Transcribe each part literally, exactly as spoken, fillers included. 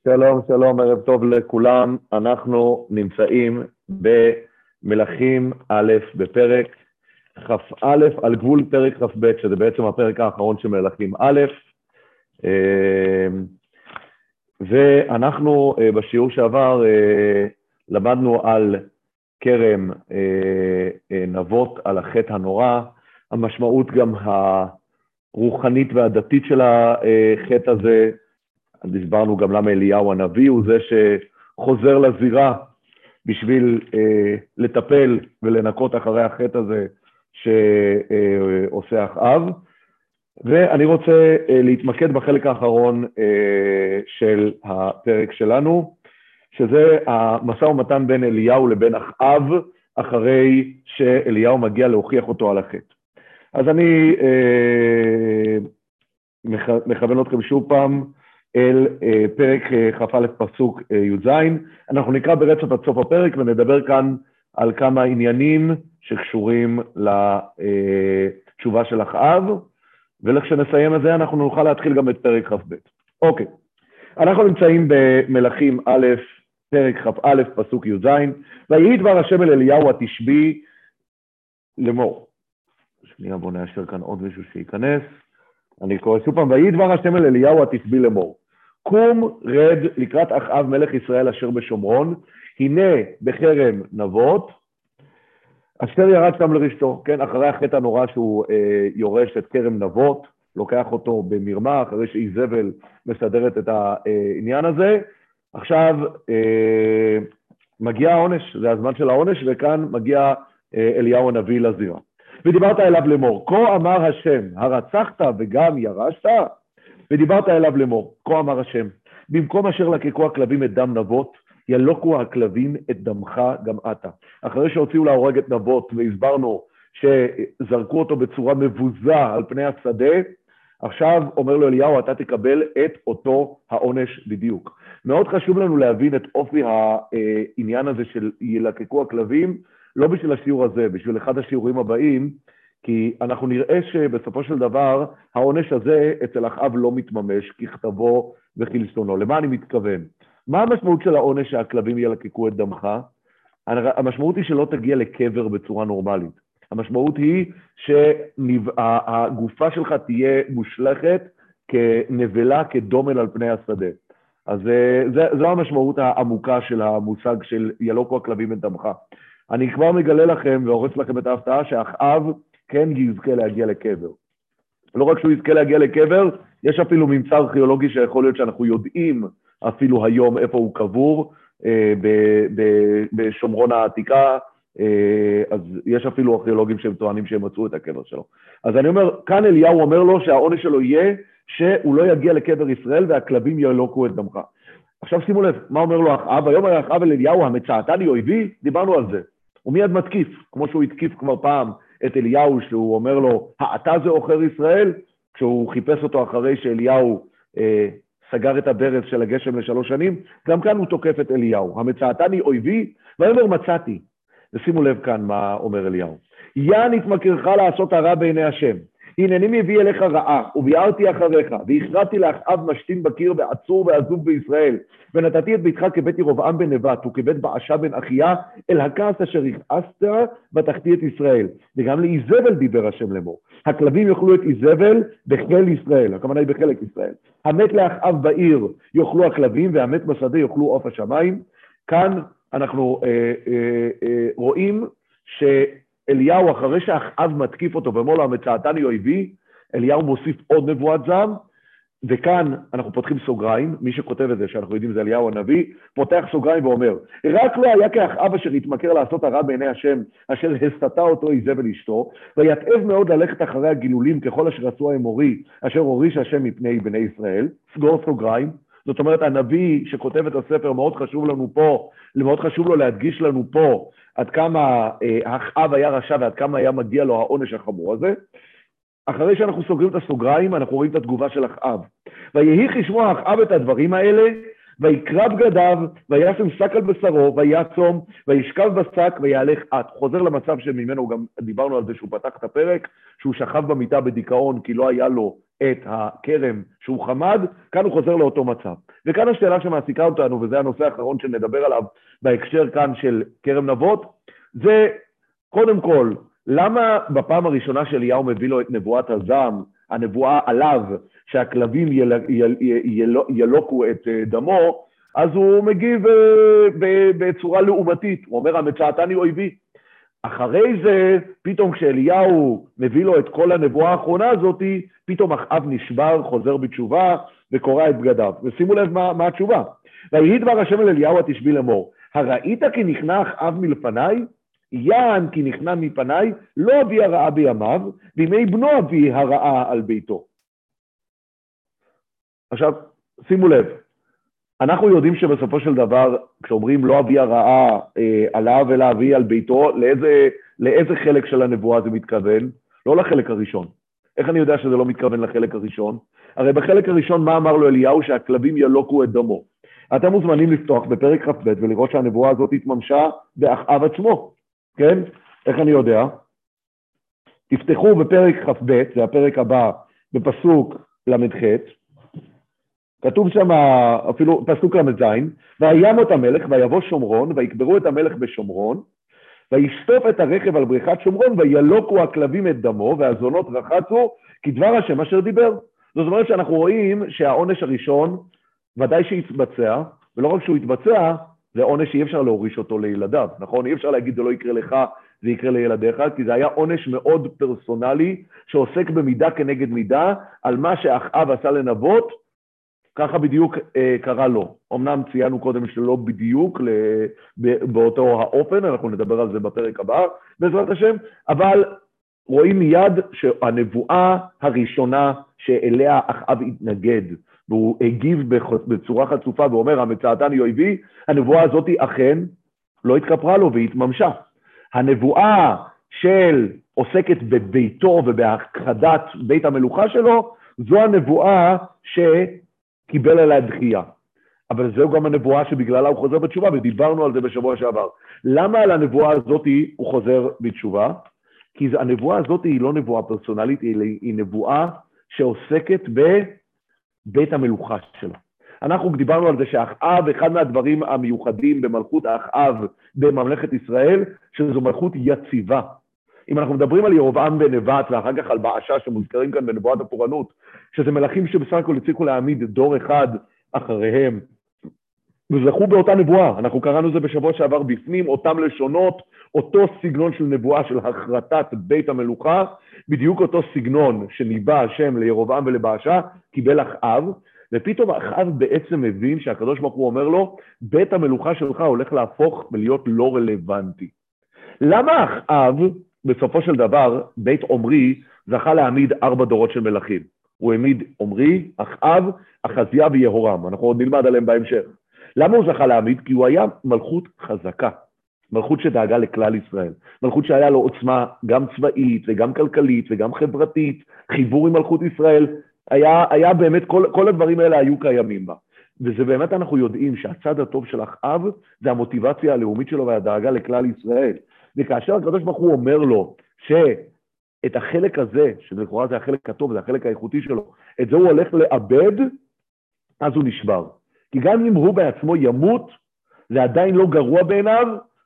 שלום, שלום, ערב טוב לכולם. אנחנו נמצאים במלכים א' בפרק כ"א על גבול פרק כ"ב, שזה בעצם הפרק האחרון של מלכים א', ואנחנו בשיעור שעבר למדנו על כרם נבות, על החטא הנורא, המשמעות גם הרוחנית והדתית של החטא הזה. דיברנו גם למה אליהו הנביא הוא זה שחוזר לזירה בשביל אה, לטפל ולנקות אחרי החטא הזה שעושה אחאב. ואני רוצה אה, להתמקד בחלק האחרון אה, של הפרק שלנו, שזה המשא ומתן בין אליהו לבין אחאב, אחרי שאליהו מגיע להוכיח אותו על החטא. אז אני אה, מכוון אתכם שוב פעם, אל אה, פרק אה, כ"א פסוק אה, י"ז. אנחנו נקרא ברצף עד סוף הפרק ונדבר כאן על כמה עניינים שקשורים לתשובה של אחאב, ולכשנסיים את זה אנחנו נוכל להתחיל גם את פרק כ"ב. אוקיי, אנחנו נמצאים במלכים א', פרק כ"א פסוק י"ז. ויהי דבר השם אל אליהו התשבי לאמור. שנייה, בוא נאשר כאן עוד מישהו שייכנס. אני קורא שוב פעם, ויהי דבר השם אל אליהו התשבי לאמור. קום רד לקראת אחאב מלך ישראל אשר בשומרון, הנה בכרם נבות, אשר ירד שם לרשתו, כן, אחרי החטא הנורא שהוא אה, יורש את כרם נבות, לוקח אותו במרמה, אחרי שאיזבל מסדרת את העניין הזה. עכשיו אה, מגיע העונש, זה הזמן של העונש, וכאן מגיע אה, אליהו הנביא לזירה. ודיברת אליו לאמור, כה אמר השם, הרצחת וגם ירשת? ודיברת אליו לאמור, כה אמר השם, במקום אשר לקקו הכלבים את דם נבות, ילוקו הכלבים את דמך גם אתה. אחרי שהוציאו להורג את נבות, והסברנו שזרקו אותו בצורה מבוזה על פני השדה, עכשיו אומר לו אליהו, אתה תקבל את אותו העונש בדיוק. מאוד חשוב לנו להבין את אופי העניין הזה של ילקקו הכלבים, לא בשביל השיעור הזה, בשביל אחד השיעורים הבאים, כי אנחנו נראה שבסופו של דבר העונש הזה אצל אחאב לא מתממש ככתבו וכלשונו. למה אני מתכוון? מה המשמעות של העונש שהכלבים ילקקו את דמך? המשמעות היא שלא תגיע לקבר בצורה נורמלית. המשמעות היא שהגופה שלך תהיה מושלכת כנבלה, כדומל על פני השדה. אז זו המשמעות העמוקה של המושג של ילוקו הכלבים את דמך. אני כבר מגלה לכם והורס לכם את ההפתעה שאחאב כן יזכה להגיע לקבר. לא רק שהוא יזכה להגיע לקבר, יש אפילו ממצא ארכיאולוגי שיכול להיות שאנחנו יודעים אפילו היום איפה הוא קבור, אה, ב- ב- בשומרון העתיקה, אה, אז יש אפילו ארכיאולוגים שהם טוענים שהם מצאו את הקבר שלו. אז אני אומר, כאן אליהו אומר לו שהעונש שלו יהיה שהוא לא יגיע לקבר ישראל והכלבים ילוקו את דמך. עכשיו שימו לב, מה אומר לו אחאב? היום היה אחאב אל אליהו, המצאתני אויבי, דיברנו על זה. הוא מיד מתקיף, כמו שהוא התקיף כבר פעם את אליהו, שהוא אומר לו, האתה זה עוכר ישראל, כשהוא חיפש אותו אחרי שאליהו אה, סגר את הברז של הגשם לשלוש שנים, גם כאן הוא תוקף את אליהו, המצאתני אויבי, ואומר מצאתי. ושימו לב כאן מה אומר אליהו. יען התמכרך לעשות הרע בעיני השם, הנני מביא אליך רעה, וביארתי אחריך, והכרעתי לאחאב משתין בקיר ועצור ועזוב בישראל, ונתתי את ביתך כבית ירבעם בן נבט, וכבית בעשה בן אחיה, אל הכעס אשר הכעסת, ותחתי את ישראל. וגם לאיזבל דיבר השם לאמור. הכלבים יאכלו את איזבל בחיל ישראל, הכוונה היא בחלק ישראל. המת לאחאב בעיר יאכלו הכלבים, והמת בשדה יאכלו עוף השמיים. כאן אנחנו אה, אה, אה, רואים ש... אליהו, אחרי שאחאב מתקיף אותו ואומר לו, המצאתני אויבי, אליהו מוסיף עוד נבואת זעם, וכאן אנחנו פותחים סוגריים, מי שכותב את זה, שאנחנו יודעים זה אליהו הנביא, פותח סוגריים ואומר, רק לא היה כאחאב אשר התמכר לעשות הרע בעיני השם, אשר הסתה אותו איזבל אשתו, ויתאב מאוד ללכת אחרי הגילולים ככל אשר עשו האמורי, אשר הוריש השם מפני בני ישראל, סגור סוגריים. זאת אומרת, הנביא שכותב את הספר מאוד חשוב לנו פה, מאוד חשוב לו להדגיש לנו פה, עד כמה אחאב היה רשע ועד כמה היה מגיע לו העונש החמור הזה. אחרי שאנחנו סוגרים את הסוגריים, אנחנו רואים את התגובה של אחאב. ויהי כשמוע אחאב את הדברים האלה, ויקרא בגדיו, וישם שק על בשרו, ויעצום, וישכב בשק, ויהלך עט. חוזר למצב שממנו, גם דיברנו על זה שהוא פתח את הפרק, שהוא שכב במיטה בדיכאון, כי לא היה לו את הכרם שהוא חמד, כאן הוא חוזר לאותו מצב. וכאן השאלה שמעסיקה אותנו, וזה הנושא האחרון שנדבר עליו בהקשר כאן של כרם נבות, זה קודם כל, למה בפעם הראשונה שאליהו מביא לו את נבואת הזעם, הנבואה עליו, שהכלבים יל, יל, יל, ילוקו את דמו, אז הוא מגיב בצורה לעומתית, הוא אומר, המצאתני אויבי. אחרי זה, פתאום כשאליהו מביא לו את כל הנבואה האחרונה הזאת, פתאום אחאב נשבר, חוזר בתשובה, וקורא את בגדיו. ושימו לב מה, מה התשובה. ויהי דבר השם אל אליהו התשבי לאמור, הראית כי נכנע אחאב מלפניי? יען כי נכנע מפניי, לא אביא הרעה בימיו, בימי בנו אביא הרעה על ביתו. עכשיו, שימו לב, אנחנו יודעים שבסופו של דבר, כשאומרים לא אביא הרעה אה, עליו אלא אביא על ביתו, לאיזה, לאיזה חלק של הנבואה זה מתכוון? לא לחלק הראשון. איך אני יודע שזה לא מתכוון לחלק הראשון? הרי בחלק הראשון מה אמר לו אליהו? שהכלבים ילוקו את דמו. אתם מוזמנים לפתוח בפרק כ"ב ולראות שהנבואה הזאת התממשה באחאב עצמו. כן? איך אני יודע? תפתחו בפרק כ"ב, זה הפרק הבא, בפסוק למ"ח, כתוב שם אפילו פסוק למ"ז, וימות המלך ויבוא שומרון, ויקברו את המלך בשומרון, וישטוף את הרכב על בריכת שומרון, וילוקו הכלבים את דמו, והזונות רחצו, כדבר השם אשר דיבר. זאת אומרת שאנחנו רואים שהעונש הראשון, ודאי שיתבצע, ולא רק שהוא יתבצע, זה עונש שאי אפשר להוריש אותו לילדיו, נכון? אי אפשר להגיד זה לא יקרה לך, זה יקרה לילדיך, כי זה היה עונש מאוד פרסונלי, שעוסק במידה כנגד מידה, על מה שאחאב עשה לנבות, ככה בדיוק אה, קרה לו. אמנם ציינו קודם שלא בדיוק באותו האופן, אנחנו נדבר על זה בפרק הבא, בעזרת השם, אבל רואים מיד שהנבואה הראשונה שאליה אחאב התנגד, והוא הגיב בצורה חצופה ואומר, המצאתני אויבי, הנבואה הזאת אכן לא התכפרה לו והתממשה. הנבואה של עוסקת בביתו ובהכחדת בית המלוכה שלו, זו הנבואה שקיבל עליה דחייה. אבל זו גם הנבואה שבגללה הוא חוזר בתשובה, ודיברנו על זה בשבוע שעבר. למה על הנבואה הזאת הוא חוזר בתשובה? כי הנבואה הזאת היא לא נבואה פרסונלית, היא נבואה שעוסקת בבית המלוכה שלו. אנחנו דיברנו על זה שאחאב, אחד מהדברים המיוחדים במלכות אחאב בממלכת ישראל, שזו מלכות יציבה. אם אנחנו מדברים על ירבעם בן נבט, ואחר כך על באשה שמוזכרים כאן בנבואת הפורענות, שזה מלכים שבסך הכל הצליחו להעמיד דור אחד אחריהם, וזכו באותה נבואה. אנחנו קראנו זה בשבוע שעבר בפנים, אותם לשונות, אותו סגנון של נבואה של הכרתת בית המלוכה, בדיוק אותו סגנון שניבא השם לירבעם ולבאשה, קיבל אחאב, ופתאום אחאב בעצם מבין שהקדוש ברוך הוא אומר לו, בית המלוכה שלך הולך להפוך ולהיות לא רלוונטי. למה אחאב, בסופו של דבר, בית עומרי זכה להעמיד ארבע דורות של מלכים? הוא העמיד עומרי, אחאב, אחזיה ויהורם. אנחנו עוד נלמד עליהם בהמשך. למה הוא זכה להעמיד? כי הוא היה מלכות חזקה. מלכות שדאגה לכלל ישראל. מלכות שהיה לו עוצמה גם צבאית וגם כלכלית וגם חברתית, חיבור עם מלכות ישראל. היה, היה באמת, כל, כל הדברים האלה היו קיימים בה. וזה באמת אנחנו יודעים שהצד הטוב של אחאב זה המוטיבציה הלאומית שלו והדאגה לכלל ישראל. וכאשר הקדוש ברוך הוא אומר לו שאת החלק הזה, שלכאורה זה החלק הטוב, זה החלק האיכותי שלו, את זה הוא הולך לאבד, אז הוא נשבר. כי גם אם הוא בעצמו ימות, זה עדיין לא גרוע בעיניו,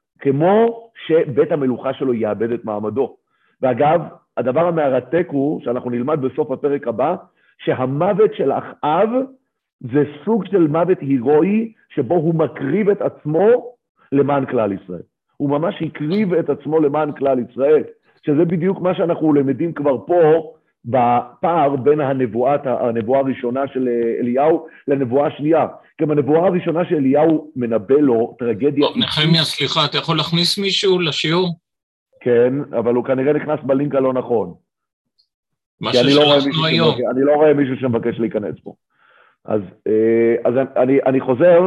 כמו שבית המלוכה שלו יאבד את מעמדו. ואגב, הדבר המרתק הוא, שאנחנו נלמד בסוף הפרק הבא, שהמוות של אחאב זה סוג של מוות הירואי, שבו הוא מקריב את עצמו למען כלל ישראל. הוא ממש הקריב את עצמו למען כלל ישראל, שזה בדיוק מה שאנחנו למדים כבר פה, בפער בין הנבואה, הנבואה הראשונה של אליהו לנבואה השנייה. כי הנבואה הראשונה של אליהו מנבא לו טרגדיה... נחמיה, סליחה, אתה יכול להכניס מישהו לשיעור? כן, אבל הוא כנראה נכנס בלינק הלא נכון. מה ששלחנו היום. אני לא רואה מישהו שמבקש להיכנס פה. אז, אז אני, אני חוזר,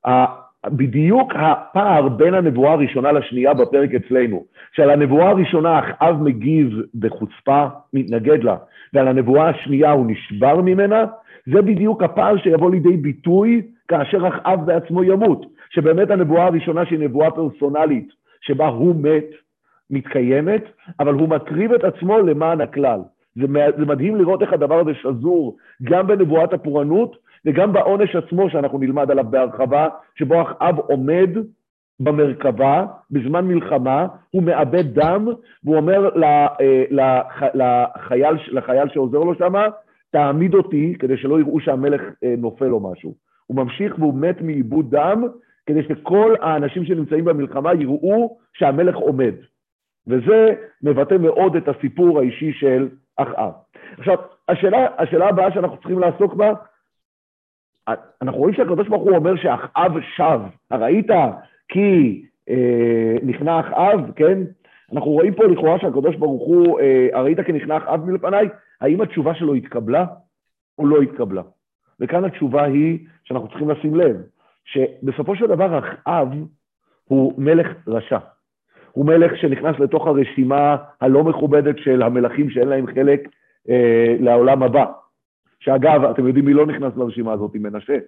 בדיוק הפער בין הנבואה הראשונה לשנייה בפרק אצלנו, שעל הנבואה הראשונה אחאב מגיב בחוצפה, מתנגד לה, ועל הנבואה השנייה הוא נשבר ממנה, זה בדיוק הפער שיבוא לידי ביטוי כאשר אחאב בעצמו ימות, שבאמת הנבואה הראשונה שהיא נבואה פרסונלית, שבה הוא מת, מתקיימת, אבל הוא מקריב את עצמו למען הכלל. זה, זה מדהים לראות איך הדבר הזה שזור, גם בנבואת הפורענות, וגם בעונש עצמו שאנחנו נלמד עליו בהרחבה, שבו אחאב עומד במרכבה, בזמן מלחמה, הוא מאבד דם, והוא אומר לח, לחייל, לחייל שעוזר לו שם, תעמיד אותי כדי שלא יראו שהמלך נופל או משהו. הוא ממשיך והוא מת מאיבוד דם, כדי שכל האנשים שנמצאים במלחמה יראו שהמלך עומד. וזה מבטא מאוד את הסיפור האישי של אחאב. עכשיו, השאלה, השאלה הבאה שאנחנו צריכים לעסוק בה, אנחנו רואים שהקדוש ברוך הוא אומר שאחאב שב. ראית כי אה, נכנע אחאב, כן? אנחנו רואים פה לכאורה שהקדוש ברוך הוא, אה, ראית כי נכנע אחאב מלפניי, האם התשובה שלו התקבלה או לא התקבלה? וכאן התשובה היא שאנחנו צריכים לשים לב, שבסופו של דבר אחאב הוא מלך רשע. הוא מלך שנכנס לתוך הרשימה הלא מכובדת של המלכים שאין להם חלק אה, לעולם הבא. שאגב, אתם יודעים מי לא נכנס לרשימה הזאת? מנשה.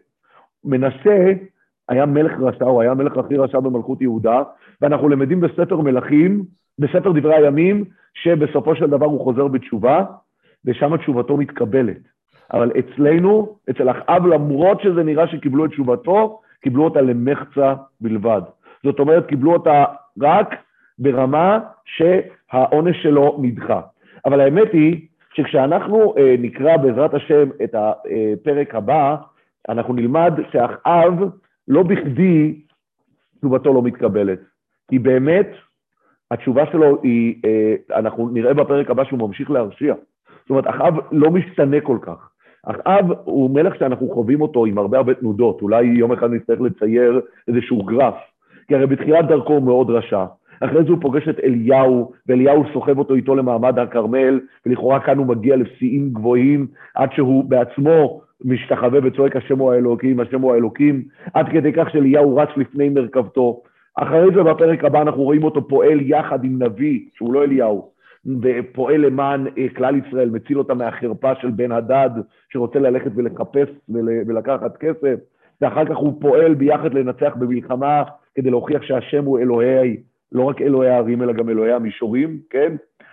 מנשה היה מלך רשע, הוא היה המלך הכי רשע במלכות יהודה, ואנחנו למדים בספר מלכים, בספר דברי הימים, שבסופו של דבר הוא חוזר בתשובה, ושם תשובתו מתקבלת. אבל אצלנו, אצל אחאב, למרות שזה נראה שקיבלו את תשובתו, קיבלו אותה למחצה בלבד. זאת אומרת, קיבלו אותה רק ברמה שהעונש שלו נדחה. אבל האמת היא שכשאנחנו אה, נקרא בעזרת השם את הפרק הבא, אנחנו נלמד שאחאב לא בכדי תשובתו לא מתקבלת. כי באמת התשובה שלו היא, אה, אנחנו נראה בפרק הבא שהוא ממשיך להרשיע. זאת אומרת, אחאב לא משתנה כל כך. אחאב הוא מלך שאנחנו חווים אותו עם הרבה הרבה תנודות. אולי יום אחד נצטרך לצייר איזשהו גרף. כי הרי בתחילת דרכו הוא מאוד רשע. אחרי זה הוא פוגש את אליהו, ואליהו סוחב אותו איתו למעמד הכרמל, ולכאורה כאן הוא מגיע לשיאים גבוהים, עד שהוא בעצמו משתחווה וצועק השם הוא האלוקים, השם הוא האלוקים, עד כדי כך שאליהו רץ לפני מרכבתו. אחרי זה בפרק הבא אנחנו רואים אותו פועל יחד עם נביא, שהוא לא אליהו, ופועל למען כלל ישראל, מציל אותה מהחרפה של בן הדד, שרוצה ללכת ולחפש ולקחת כסף, ואחר כך הוא פועל ביחד לנצח במלחמה, כדי להוכיח שהשם הוא אלוהי, לא רק אלוהי הערים, אלא גם אלוהי המישורים, כן?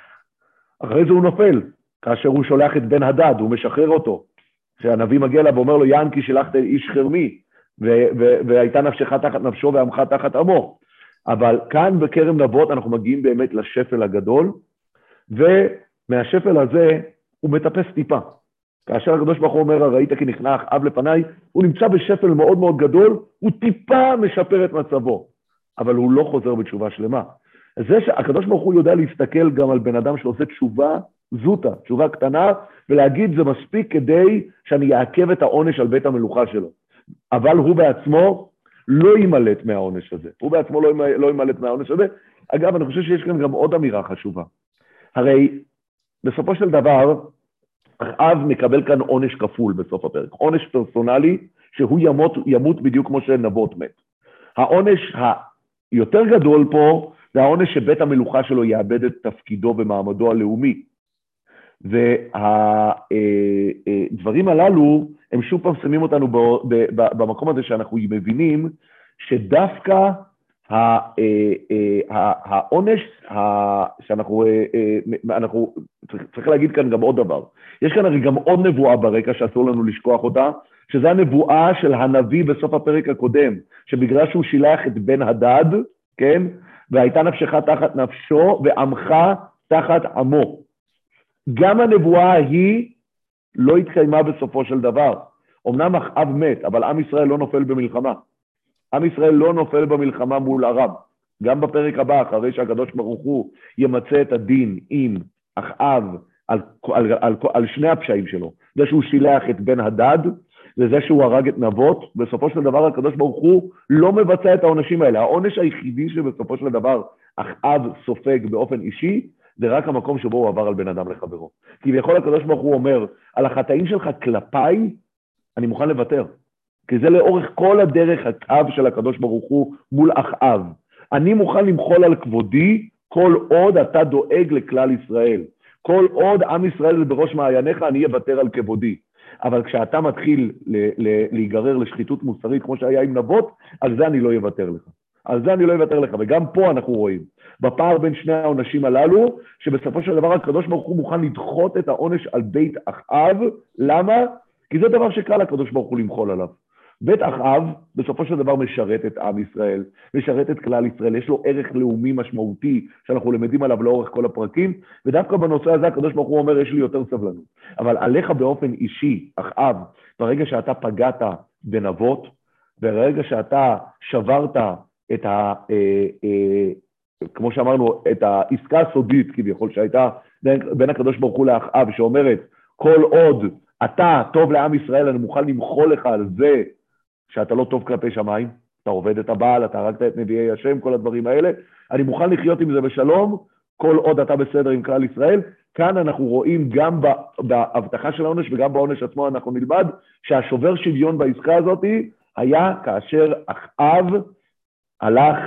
אחרי זה הוא נופל, כאשר הוא שולח את בן הדד, הוא משחרר אותו, שהנביא מגיע לה ואומר לו, יען כי שלחת איש חרמי, ו- ו- והייתה נפשך תחת נפשו ועמך תחת עמו. אבל כאן בכרם נבות אנחנו מגיעים באמת לשפל הגדול, ומהשפל הזה הוא מטפס טיפה. כאשר הקדוש ברוך הוא אומר, ראית כי נכנע אחאב לפניי, הוא נמצא בשפל מאוד מאוד גדול, הוא טיפה משפר את מצבו, אבל הוא לא חוזר בתשובה שלמה. זה שהקדוש ברוך הוא יודע להסתכל גם על בן אדם שעושה תשובה זוטה, תשובה קטנה, ולהגיד זה מספיק כדי שאני אעכב את העונש על בית המלוכה שלו. אבל הוא בעצמו לא ימלט מהעונש הזה. הוא בעצמו לא ימלט מהעונש הזה. אגב, אני חושב שיש כאן גם עוד אמירה חשובה. הרי בסופו של דבר, אחאב מקבל כאן עונש כפול בסוף הפרק. עונש פרסונלי שהוא ימות, ימות בדיוק כמו שנבות מת. העונש היותר גדול פה, זה העונש שבית המלוכה שלו יאבד את תפקידו ומעמדו הלאומי. והדברים הללו, הם שוב פעם שמים אותנו במקום הזה שאנחנו מבינים, שדווקא העונש שאנחנו, אנחנו, צריך להגיד כאן גם עוד דבר. יש כאן הרי גם עוד נבואה ברקע שאסור לנו לשכוח אותה, שזה הנבואה של הנביא בסוף הפרק הקודם, שבגלל שהוא שילח את בן הדד, כן? והייתה נפשך תחת נפשו ועמך תחת עמו. גם הנבואה היא לא התקיימה בסופו של דבר. אמנם אחאב מת, אבל עם ישראל לא נופל במלחמה. עם ישראל לא נופל במלחמה מול ערב. גם בפרק הבא, אחרי שהקדוש ברוך הוא ימצא את הדין עם אחאב על, על, על, על, על שני הפשעים שלו, זה שהוא שילח את בן הדד, וזה שהוא הרג את נבות, בסופו של דבר הקדוש ברוך הוא לא מבצע את העונשים האלה. העונש היחידי שבסופו של דבר אחאב סופג באופן אישי, זה רק המקום שבו הוא עבר על בן אדם לחברו. כי ביכול הקדוש ברוך הוא אומר, על החטאים שלך כלפיי, אני מוכן לוותר. כי זה לאורך כל הדרך הקו של הקדוש ברוך הוא מול אחאב. אני מוכן למחול על כבודי, כל עוד אתה דואג לכלל ישראל. כל עוד עם ישראל זה בראש מעייניך, אני אוותר על כבודי. אבל כשאתה מתחיל ל- ל- להיגרר לשחיתות מוסרית, כמו שהיה עם נבות, על זה אני לא אוותר לך. על זה אני לא אוותר לך, וגם פה אנחנו רואים, בפער בין שני העונשים הללו, שבסופו של דבר הקדוש ברוך הוא מוכן לדחות את העונש על בית אחאב, למה? כי זה דבר שקל הקדוש ברוך הוא למחול עליו. בית אחאב בסופו של דבר משרת את עם ישראל, משרת את כלל ישראל, יש לו ערך לאומי משמעותי שאנחנו למדים עליו לאורך כל הפרקים, ודווקא בנושא הזה הקדוש ברוך הוא אומר יש לי יותר סבלנות. אבל עליך באופן אישי, אחאב, ברגע שאתה פגעת בנבות, ברגע שאתה שברת את ה... אה, אה, כמו שאמרנו, את העסקה הסודית כביכול שהייתה בין הקדוש ברוך הוא לאחאב, שאומרת כל עוד אתה טוב לעם ישראל, אני מוכן למחול לך על זה שאתה לא טוב כלפי שמיים, אתה עובד את הבעל, אתה הרגת את נביאי השם, כל הדברים האלה, אני מוכן לחיות עם זה בשלום, כל עוד אתה בסדר עם כלל ישראל. כאן אנחנו רואים גם בהבטחה של העונש וגם בעונש עצמו אנחנו נלמד, שהשובר שוויון בעסקה הזאת היה כאשר אחאב הלך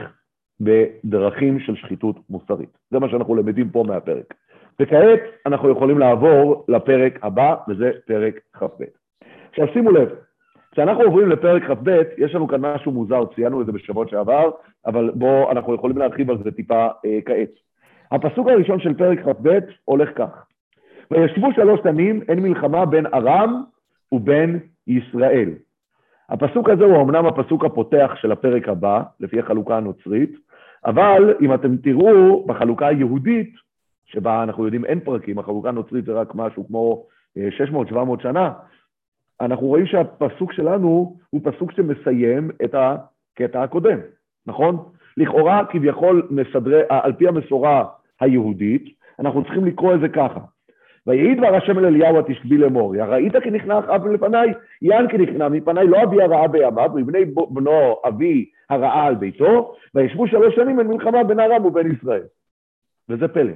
בדרכים של שחיתות מוסרית. זה מה שאנחנו למדים פה מהפרק. וכעת אנחנו יכולים לעבור לפרק הבא, וזה פרק כ"ב. עכשיו שימו לב, כשאנחנו עוברים לפרק כ"ב, יש לנו כאן משהו מוזר, ציינו את זה בשבוע שעבר, אבל בואו אנחנו יכולים להרחיב על זה טיפה אה, כעת. הפסוק הראשון של פרק כ"ב הולך כך: וישבו שלוש שנים, אין מלחמה בין ארם ובין ישראל. הפסוק הזה הוא אמנם הפסוק הפותח של הפרק הבא, לפי החלוקה הנוצרית, אבל אם אתם תראו בחלוקה היהודית, שבה אנחנו יודעים אין פרקים, החלוקה הנוצרית זה רק משהו כמו שש מאות שבע מאות שנה, אנחנו רואים שהפסוק שלנו הוא פסוק שמסיים את הקטע הקודם, נכון? לכאורה כביכול מסדרי, על פי המסורה היהודית, אנחנו צריכים לקרוא את זה ככה: ויהי דבר השם אל אליהו התשבי לאמור, ראית כי נכנע אחאב לפניי? יען כי נכנע מפניי, לא אביא הרעה בימיו, מבני בנו אביא הרעה על ביתו, וישבו שלוש שנים אין מלחמה בין ארם ובין ישראל. וזה פלא.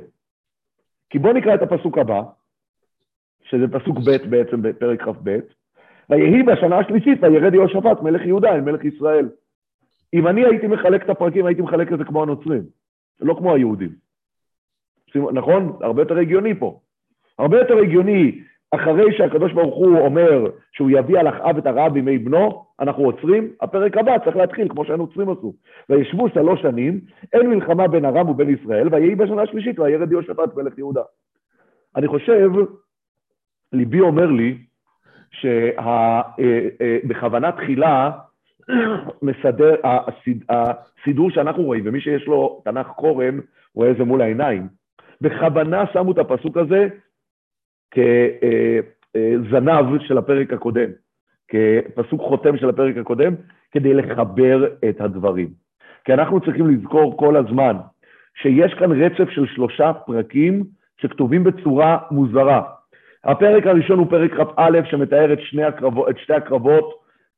כי בוא נקרא את הפסוק הבא, שזה פסוק ב' בעצם בפרק כ"ב, ויהי בשנה השלישית וירד יהושפט מלך יהודה אל מלך ישראל. אם אני הייתי מחלק את הפרקים, הייתי מחלק את זה כמו הנוצרים, לא כמו היהודים. נכון? הרבה יותר הגיוני פה. הרבה יותר הגיוני, אחרי שהקדוש ברוך הוא אומר שהוא יביא על אחאב את הרעה בימי בנו, אנחנו עוצרים, הפרק הבא צריך להתחיל כמו שהנוצרים עשו. וישבו שלוש שנים, אין מלחמה בין ארם ובין ישראל, ויהי בשנה השלישית וירד יהושפט מלך יהודה. אני חושב, ליבי אומר לי, שבכוונה תחילה מסדר, הסידור שאנחנו רואים, ומי שיש לו תנ"ך קורן, רואה את זה מול העיניים, בכוונה שמו את הפסוק הזה כזנב של הפרק הקודם, כפסוק חותם של הפרק הקודם, כדי לחבר את הדברים. כי אנחנו צריכים לזכור כל הזמן שיש כאן רצף של שלושה פרקים שכתובים בצורה מוזרה. הפרק הראשון הוא פרק כ"א שמתאר את שני הקרבות, את שתי הקרבות,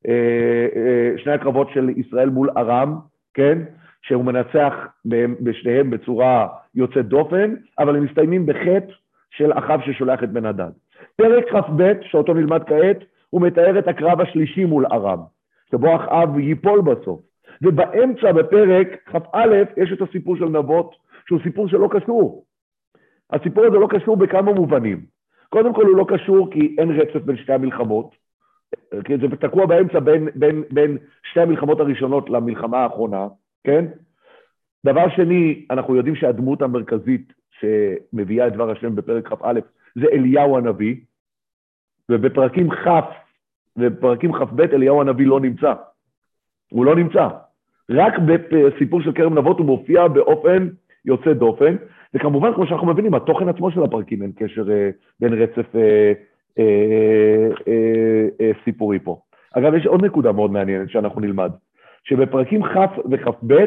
שני הקרבות של ישראל מול ארם, כן? שהוא מנצח בשניהם בצורה יוצאת דופן, אבל הם מסתיימים בחטא של אחאב ששולח את בן הדד. פרק כ"ב, שאותו נלמד כעת, הוא מתאר את הקרב השלישי מול ארם, שבו אחאב ייפול בסוף. ובאמצע בפרק כ"א יש את הסיפור של נבות, שהוא סיפור שלא קשור. הסיפור הזה לא קשור בכמה מובנים. קודם כל הוא לא קשור כי אין רצף בין שתי המלחמות, כי זה תקוע באמצע בין, בין, בין שתי המלחמות הראשונות למלחמה האחרונה, כן? דבר שני, אנחנו יודעים שהדמות המרכזית שמביאה את דבר השם בפרק כ"א זה אליהו הנביא, ובפרקים כ' ובפרקים כ"ב אליהו הנביא לא נמצא. הוא לא נמצא. רק בסיפור של כרם נבות הוא מופיע באופן יוצא דופן, וכמובן כמו שאנחנו מבינים, התוכן עצמו של הפרקים אין קשר אה, בין רצף אה, אה, אה, אה, סיפורי פה. אגב, יש עוד נקודה מאוד מעניינת שאנחנו נלמד, שבפרקים כ' וכ"ב,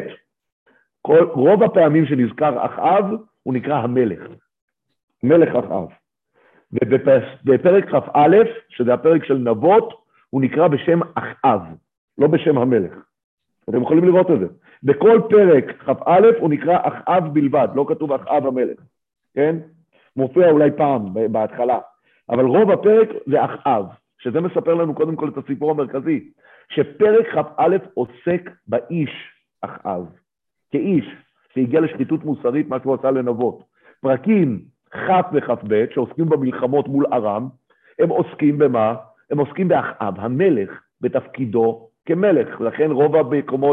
רוב הפעמים שנזכר אחאב, הוא נקרא המלך. מלך אחאב. ובפרק כ"א, שזה הפרק של נבות, הוא נקרא בשם אחאב, לא בשם המלך. אתם יכולים לראות את זה. בכל פרק כ"א הוא נקרא אחאב בלבד, לא כתוב אחאב המלך. כן? מופיע אולי פעם בהתחלה. אבל רוב הפרק זה אחאב, שזה מספר לנו קודם כל את הסיפור המרכזי, שפרק כ"א עוסק באיש אחאב, כאיש שהגיע לשחיתות מוסרית, מה שהוא עשה לנבות. פרקים כ' וכ"ב, שעוסקים במלחמות מול ארם, הם עוסקים במה? הם עוסקים באחאב, המלך, בתפקידו כמלך. לכן רוב המקומות כ'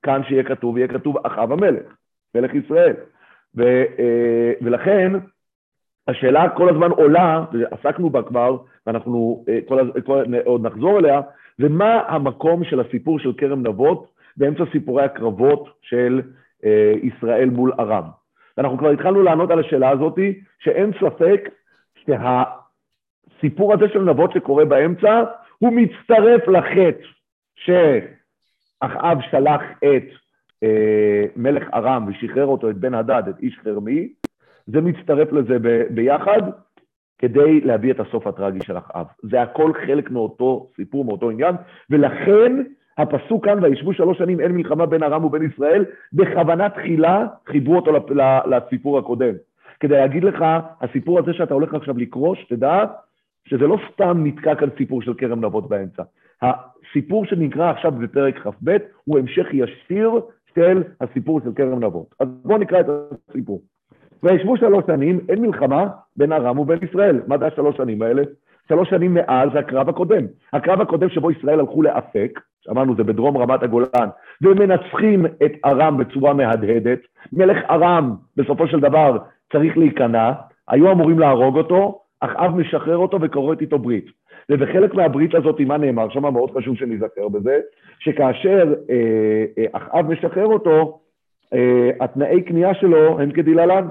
כאן שיהיה כתוב, יהיה כתוב אחאב המלך, מלך ישראל. ו, ולכן, השאלה כל הזמן עולה, ועסקנו בה כבר, ואנחנו כל, כל, עוד נחזור אליה, זה מה המקום של הסיפור של כרם נבות, באמצע סיפורי הקרבות של אה, ישראל מול ארם. ואנחנו כבר התחלנו לענות על השאלה הזאת, שאין ספק שהסיפור הזה של נבות שקורה באמצע, הוא מצטרף לחטא שאחאב שלח את אה, מלך ארם ושחרר אותו, את בן הדד, את איש חרמי, זה מצטרף לזה ב, ביחד, כדי להביא את הסוף הטרגי של אחאב. זה הכל חלק מאותו סיפור, מאותו עניין, ולכן הפסוק כאן, וישבו שלוש שנים אין מלחמה בין ארם ובין ישראל, בכוונה תחילה חיברו אותו לסיפור הקודם. כדי להגיד לך, הסיפור הזה שאתה הולך עכשיו לקרוא, שתדע שזה לא סתם נתקע כאן סיפור של כרם נבות באמצע. הסיפור שנקרא עכשיו בפרק כ"ב, הוא המשך ישיר של הסיפור של כרם נבות. אז בואו נקרא את הסיפור. וישבו שלוש שנים, אין מלחמה בין ארם ובין ישראל. מה זה השלוש שנים האלה? שלוש שנים מאז הקרב הקודם. הקרב הקודם שבו ישראל הלכו לאפק, אמרנו זה בדרום רמת הגולן, ומנצחים את ארם בצורה מהדהדת. מלך ארם בסופו של דבר צריך להיכנע, היו אמורים להרוג אותו, אחאב משחרר אותו וקוראת איתו ברית. ובחלק מהברית הזאת, מה נאמר? שמה מאוד חשוב שנזכר בזה, שכאשר אה, אה, אחאב משחרר אותו, אה, התנאי קנייה שלו הם כדלהלן.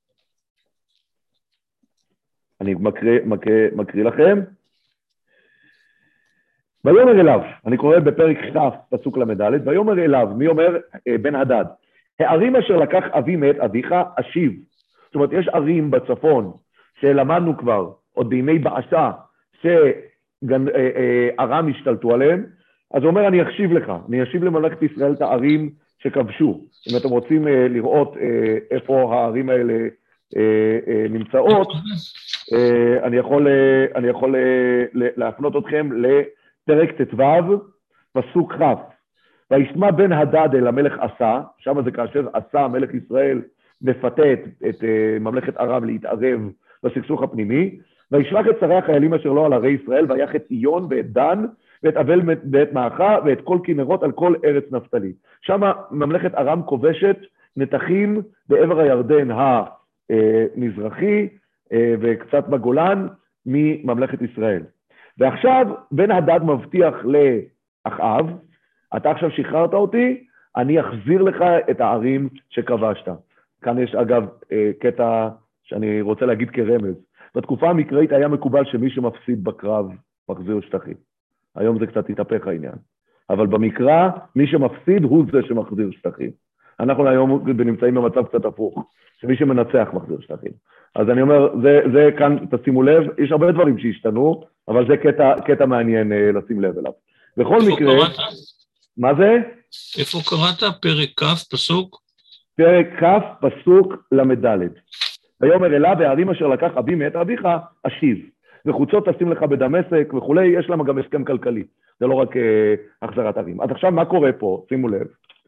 אני מקריא, מקריא, מקריא לכם. ויאמר אליו, אני קורא בפרק כ' פסוק למד', ויאמר אליו, מי אומר? בן הדד. הערים אשר לקח אבי מאת אביך אשיב. זאת אומרת, יש ערים בצפון שלמדנו כבר, עוד בימי בעשה, שארם השתלטו עליהם, אז הוא אומר, אני אשיב לך, אני אשיב לממלכת ישראל את הערים שכבשו. אם אתם רוצים לראות איפה הערים האלה נמצאות, אני יכול, אני יכול להפנות אתכם לפרק ט"ו, פסוק כ'. וישמע בן הדד אל המלך עשה, שם זה כאשר עשה מלך ישראל מפתה את, את ממלכת ארם להתערב בסכסוך הפנימי, וישלח את שרי החיילים אשר לו על ערי ישראל, ויח את ציון ואת דן, ואת אבל ואת מעכה, ואת כל כנרות על כל ארץ נפתלי. שם ממלכת ארם כובשת נתחים בעבר הירדן המזרחי, וקצת בגולן מממלכת ישראל. ועכשיו בן הדד מבטיח לאחאב, אתה עכשיו שחררת אותי, אני אחזיר לך את הערים שכבשת. כאן יש אגב קטע שאני רוצה להגיד כרמז. בתקופה המקראית היה מקובל שמי שמפסיד בקרב מחזיר שטחים. היום זה קצת התהפך העניין. אבל במקרא, מי שמפסיד הוא זה שמחזיר שטחים. אנחנו היום נמצאים במצב קצת הפוך, שמי שמנצח מחזיר שטחים. אז אני אומר, זה, זה כאן, תשימו לב, יש הרבה דברים שהשתנו, אבל זה קטע, קטע מעניין לשים לב אליו. בכל מקרה... קראת? מה זה? איפה קראת? פרק כ' פסוק? פרק כ' פסוק למד'. ויאמר אליו, הערים אשר לקח אבי מאת אביך, אשיב. וחוצות תשים לך בדמשק וכולי, יש להם גם הסכם כלכלי. זה לא רק אה, החזרת ערים. אז עכשיו מה קורה פה? שימו לב.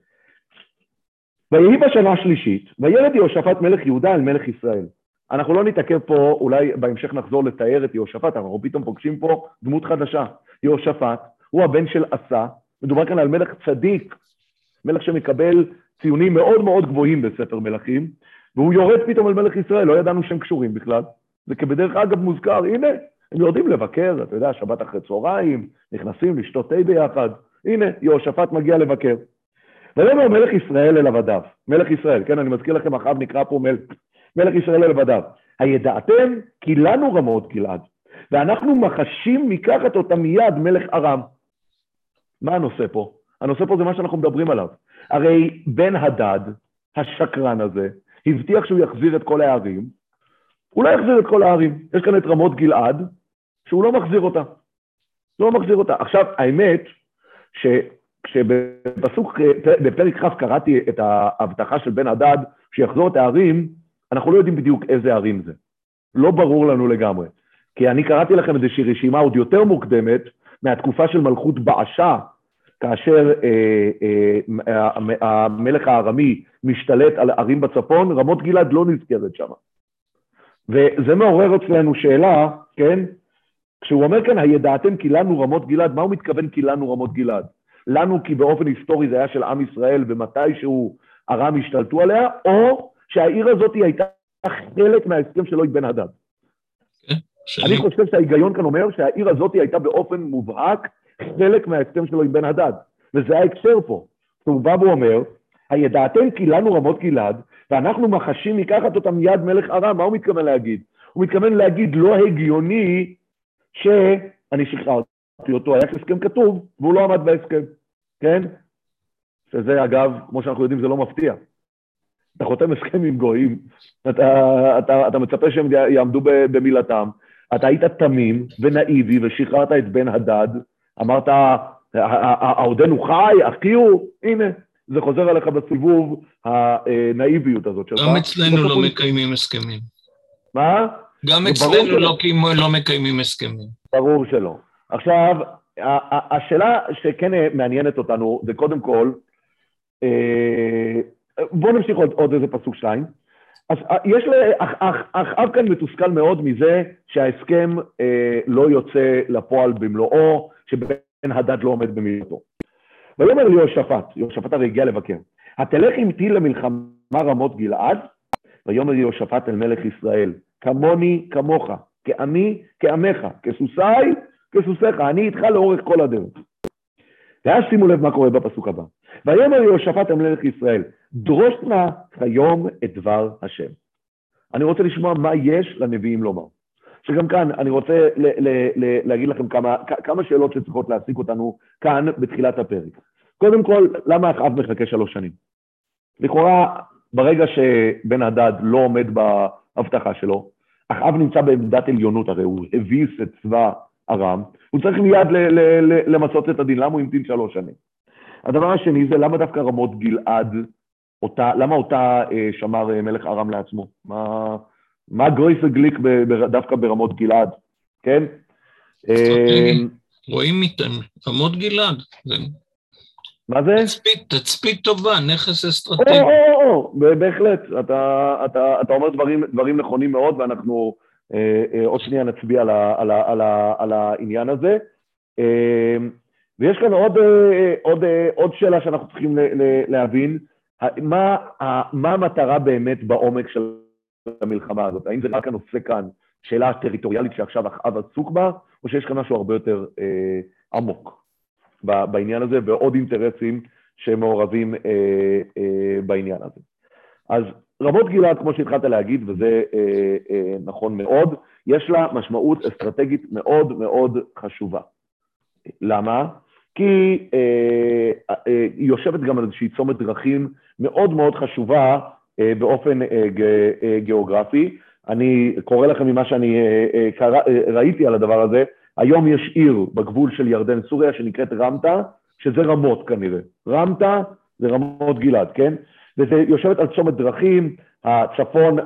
ויהי בשנה השלישית, וילד יהושפט מלך יהודה אל מלך ישראל. אנחנו לא נתעכב פה, אולי בהמשך נחזור לתאר את יהושפט, אנחנו פתאום פוגשים פה דמות חדשה. יהושפט הוא הבן של עשה, מדובר כאן על מלך צדיק, מלך שמקבל ציונים מאוד מאוד גבוהים בספר מלכים, והוא יורד פתאום על מלך ישראל, לא ידענו שהם קשורים בכלל, וכבדרך אגב מוזכר, הנה, הם יודעים לבקר, אתה יודע, שבת אחרי צהריים, נכנסים לשתות תה ביחד, הנה, יהושפט מגיע לבקר. ויאמר מלך ישראל אל עבדיו, מלך ישראל, כן, אני מזכיר לכם, אחאב נקרא פה מלך, מלך ישראל אל עבדיו, הידעתם כי לנו רמות גלעד, ואנחנו מחשים מקחת אותה מיד מלך ארם. מה הנושא פה? הנושא פה זה מה שאנחנו מדברים עליו. הרי בן הדד, השקרן הזה, הבטיח שהוא יחזיר את כל הערים, הוא לא יחזיר את כל הערים, יש כאן את רמות גלעד, שהוא לא מחזיר אותה. לא מחזיר אותה. עכשיו, האמת, שכשבפסוק, בפרק כ' קראתי את ההבטחה של בן הדד, שיחזור את הערים, אנחנו לא יודעים בדיוק איזה ערים זה. לא ברור לנו לגמרי. כי אני קראתי לכם איזושהי רשימה עוד יותר מוקדמת, מהתקופה של מלכות בעשה, כאשר אה, אה, המלך הארמי משתלט על ערים בצפון, רמות גלעד לא נזכרת שם. וזה מעורר אצלנו שאלה, כן? כשהוא אומר כאן, הידעתם כי לנו רמות גלעד, מה הוא מתכוון כי לנו רמות גלעד? לנו כי באופן היסטורי זה היה של עם ישראל, ומתישהו ארם השתלטו עליה, או שהעיר הזאת הייתה חלק מההסכם שלו עם בן הדד. אני חושב שההיגיון כאן אומר שהעיר הזאת הייתה באופן מובהק חלק מההסכם שלו עם בן הדד, וזה ההקשר פה. הוא בא ואומר, הידעתם כי לנו רמות גלעד, ואנחנו מחשים לקחת אותם מיד מלך ארם. מה הוא מתכוון להגיד? הוא מתכוון להגיד לא הגיוני שאני שחררתי אותו, היה הסכם כתוב, והוא לא עמד בהסכם, כן? שזה אגב, כמו שאנחנו יודעים, זה לא מפתיע. אתה חותם הסכם עם גויים, אתה, אתה, אתה מצפה שהם יעמדו במילתם, אתה היית תמים ונאיבי ושחררת את בן הדד, אמרת, העודנו חי, אחי הוא, הנה, זה חוזר עליך בסיבוב הנאיביות הזאת שלך. גם אצלנו לא מקיימים הסכמים. מה? גם אצלנו לא, לא מקיימים הסכמים. ברור שלא. עכשיו, השאלה שכן מעניינת אותנו, זה קודם כל, בואו נמשיך עוד, עוד איזה פסוק שתיים. אז יש לאחאב כאן מתוסכל מאוד מזה שההסכם אה, לא יוצא לפועל במלואו, שבן הדד לא עומד במילתו. ויאמר לי יהושפט, יהושפט הרי הגיע לבקר, התלך איתי למלחמה רמות גלעד? ויאמר לי יהושפט אל מלך ישראל, כמוני כמוך, כעמי כעמך, כסוסיי כסוסיך, אני איתך לאורך כל הדרך. ואז שימו לב מה קורה בפסוק הבא. ויאמר יהושפט אל מלך ישראל, דרוש נא היום את דבר השם. אני רוצה לשמוע מה יש לנביאים לומר. שגם כאן אני רוצה ל- ל- ל- להגיד לכם כמה, כמה שאלות שצריכות להעסיק אותנו כאן בתחילת הפרק. קודם כל, למה אחאב מחכה שלוש שנים? לכאורה, ברגע שבן הדד לא עומד בהבטחה שלו, אחאב נמצא בעמדת עליונות, הרי הוא הביס את צבא ארם, הוא צריך מיד ל- ל- ל- למצות את הדין, למה הוא המתין שלוש שנים? הדבר השני זה למה דווקא רמות גלעד, אותה, למה אותה אה, שמר אה, מלך ארם לעצמו? מה, מה גרויס הגליק ב, ב, דווקא ברמות גלעד, כן? אה, רואים איתן, רמות גלעד. זה... מה זה? תצפית, תצפית טובה, נכס אסטרטגי. או, או, או, בהחלט, אתה, אתה, אתה אומר דברים, דברים נכונים מאוד, ואנחנו אה, אה, עוד שנייה נצביע על, ה, על, ה, על, ה, על העניין הזה. אה, ויש כאן עוד, עוד, עוד שאלה שאנחנו צריכים להבין, מה, מה המטרה באמת בעומק של המלחמה הזאת? האם זה רק הנושא כאן, שאלה הטריטוריאלית שעכשיו אחאב עסוק בה, או שיש כאן משהו הרבה יותר אה, עמוק בעניין הזה, ועוד אינטרסים שמעורבים אה, אה, בעניין הזה. אז רמות גלעד, כמו שהתחלת להגיד, וזה אה, אה, נכון מאוד, יש לה משמעות אסטרטגית מאוד מאוד חשובה. למה? כי אה, אה, היא יושבת גם על איזושהי צומת דרכים מאוד מאוד חשובה אה, באופן אה, ג, אה, גיאוגרפי. אני קורא לכם ממה שאני אה, אה, קרא, אה, ראיתי על הדבר הזה. היום יש עיר בגבול של ירדן סוריה שנקראת רמתה, שזה רמות כנראה. רמתה זה רמות גלעד, כן? וזה יושבת על צומת דרכים, הצפון,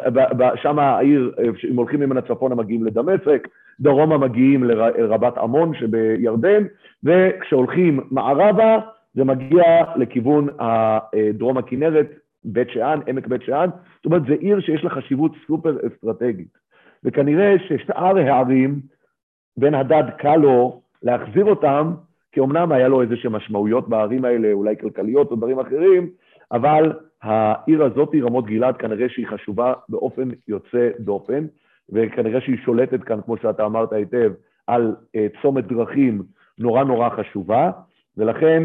שם העיר, אם הולכים ממנה צפון המגיעים לדמשק, דרומה מגיעים לרבת עמון שבירדן, וכשהולכים מערבה זה מגיע לכיוון דרום הכנרת, בית שאן, עמק בית שאן, זאת אומרת זה עיר שיש לה חשיבות סופר אסטרטגית, וכנראה ששאר הערים בן הדד קל לו להחזיר אותם, כי אמנם היה לו איזה שמשמעויות בערים האלה, אולי כלכליות או דברים אחרים, אבל העיר הזאת, רמות גלעד, כנראה שהיא חשובה באופן יוצא דופן, וכנראה שהיא שולטת כאן, כמו שאתה אמרת היטב, על uh, צומת דרכים נורא נורא חשובה, ולכן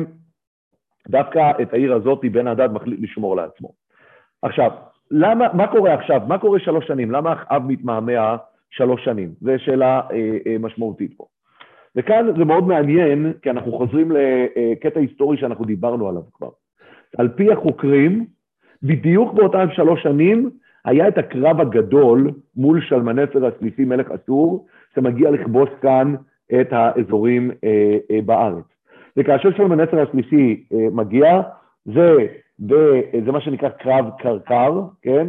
דווקא את העיר הזאת בן הדד מחליט לשמור לעצמו. עכשיו, למה, מה קורה עכשיו? מה קורה שלוש שנים? למה אחאב מתמהמה שלוש שנים? זו שאלה uh, uh, משמעותית פה. וכאן זה מאוד מעניין, כי אנחנו חוזרים לקטע היסטורי שאנחנו דיברנו עליו כבר. על פי החוקרים, בדיוק באותם שלוש שנים, היה את הקרב הגדול מול שלמנסר השלישי מלך אשור, שמגיע לכבוש כאן את האזורים אה, אה, בארץ. וכאשר שלמנסר השלישי אה, מגיע, זה, זה, זה מה שנקרא קרב קרקר, כן?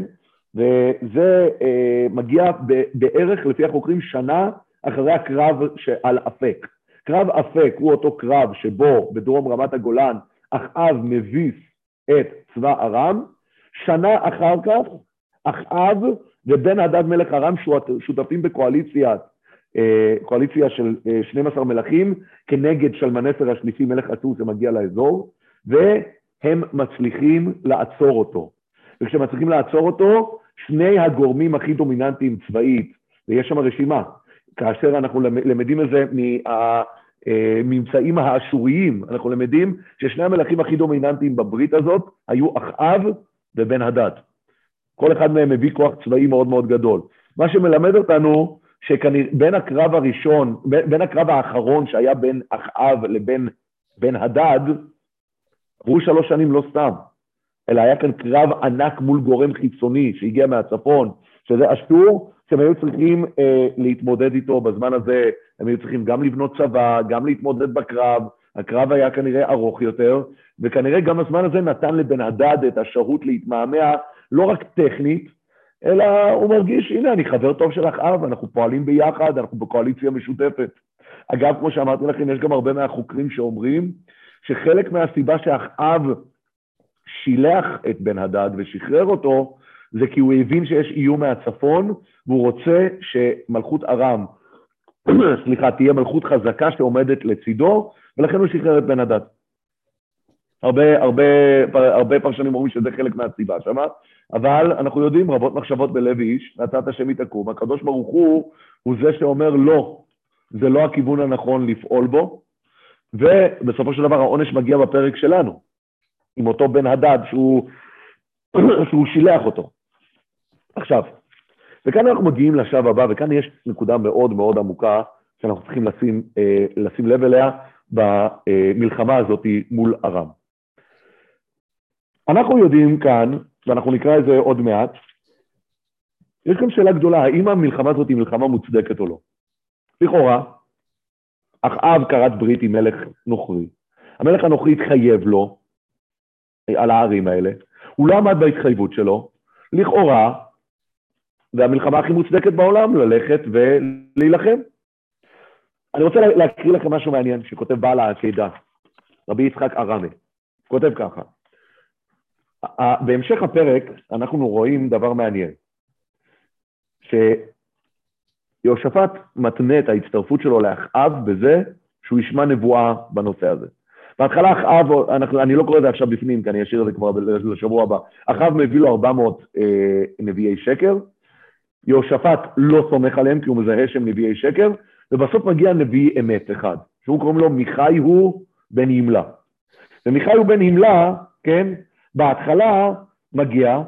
וזה אה, מגיע ב, בערך, לפי החוקרים, שנה אחרי הקרב על אפק. קרב אפק הוא אותו קרב שבו בדרום רמת הגולן, אחאב מביס את צבא ארם, שנה אחר כך, אחאב ובן הדד מלך ארם שותפים בקואליציית קואליציה של שנים עשר מלכים, כנגד שלמנסר השלישי מלך אשור שמגיע לאזור, והם מצליחים לעצור אותו. וכשמצליחים לעצור אותו, שני הגורמים הכי דומיננטיים צבאית, ויש שם רשימה, כאשר אנחנו למדים את זה מהממצאים האשוריים, אנחנו למדים ששני המלכים הכי דומיננטיים בברית הזאת, היו אחאב ובן הדד. כל אחד מהם מביא כוח צבאי מאוד מאוד גדול. מה שמלמד אותנו, שבין הקרב הראשון, בין הקרב האחרון שהיה בין אחאב לבין בן הדד, עברו שלוש שנים לא סתם, אלא היה כאן קרב ענק מול גורם חיצוני שהגיע מהצפון, שזה אשור, שהם היו צריכים אה, להתמודד איתו בזמן הזה, הם היו צריכים גם לבנות צבא, גם להתמודד בקרב, הקרב היה כנראה ארוך יותר, וכנראה גם הזמן הזה נתן לבן הדד את השהות להתמהמה, לא רק טכנית, אלא הוא מרגיש, הנה, אני חבר טוב של אחאב, אנחנו פועלים ביחד, אנחנו בקואליציה משותפת. אגב, כמו שאמרתי לכם, יש גם הרבה מהחוקרים שאומרים, שחלק מהסיבה שאחאב שילח את בן הדד ושחרר אותו, זה כי הוא הבין שיש איום מהצפון, והוא רוצה שמלכות ארם, סליחה, תהיה מלכות חזקה שעומדת לצידו, ולכן הוא שחרר את בן הדד. הרבה, הרבה, הרבה פרשנים אומרים שזה חלק מהסיבה שמה, אבל אנחנו יודעים, רבות מחשבות בלב איש, נתת השם יתקום, הקדוש ברוך הוא, הוא זה שאומר לא, זה לא הכיוון הנכון לפעול בו, ובסופו של דבר העונש מגיע בפרק שלנו, עם אותו בן הדד שהוא, שהוא שילח אותו. עכשיו, וכאן אנחנו מגיעים לשלב הבא, וכאן יש נקודה מאוד מאוד עמוקה, שאנחנו צריכים לשים, אה, לשים לב אליה, במלחמה הזאת מול ארם. אנחנו יודעים כאן, ואנחנו נקרא את זה עוד מעט, יש כאן שאלה גדולה, האם המלחמה הזאת היא מלחמה מוצדקת או לא? לכאורה, אחאב כרת ברית עם מלך נוכרי. המלך הנוכרי התחייב לו על הערים האלה, הוא לא עמד בהתחייבות שלו, לכאורה, והמלחמה הכי מוצדקת בעולם, ללכת ולהילחם. אני רוצה להקריא לכם משהו מעניין שכותב בעל העקידה, רבי יצחק ארמי, כותב ככה. בהמשך הפרק אנחנו רואים דבר מעניין, שיהושפט מתנה את ההצטרפות שלו לאחאב בזה שהוא ישמע נבואה בנושא הזה. בהתחלה אחאב, אני לא קורא את זה עכשיו בפנים, כי אני אשאיר את זה כבר לשבוע הבא, אחאב מביא לו ארבע מאות אה, נביאי שקר, יהושפט לא סומך עליהם כי הוא מזהה שהם נביאי שקר, ובסוף מגיע נביא אמת אחד, שהוא קוראים לו מיכאי הוא בן ימלה. ומיכאי הוא בן ימלה, כן, בהתחלה מגיע,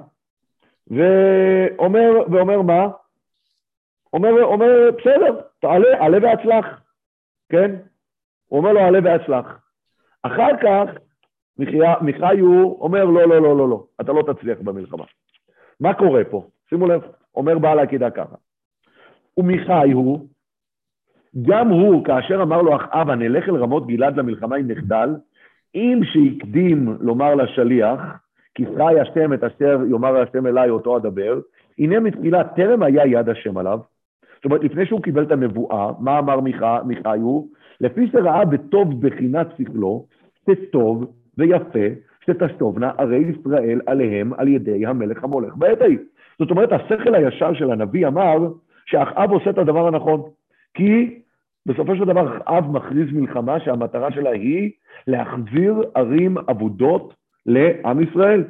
ואומר, ואומר מה? אומר, אומר, בסדר, תעלה, עלה והצלח, כן? הוא אומר לו, עלה והצלח. אחר כך, מיכאי הוא אומר, לא, לא, לא, לא, לא, אתה לא תצליח במלחמה. מה קורה פה? שימו לב, אומר בעל העקידה ככה. ומיכאי הוא, גם הוא, כאשר אמר לו אחאב, נלך אל רמות גלעד למלחמה עם נחדל, אם שהקדים לומר לשליח, כי פראי השם את אשר יאמר השם אליי אותו אדבר, הנה מתחילה טרם היה יד השם עליו, זאת אומרת, לפני שהוא קיבל את הנבואה, מה אמר מיכאי הוא? לפי שראה בטוב בחינת שכלו, שטוב ויפה, שתשתובנה ערי ישראל עליהם על ידי המלך המולך בעת ההיא. זאת אומרת, השכל הישר של הנביא אמר שאחאב עושה את הדבר הנכון, כי בסופו של דבר אחאב מכריז מלחמה שהמטרה שלה היא להחזיר ערים אבודות לעם ישראל.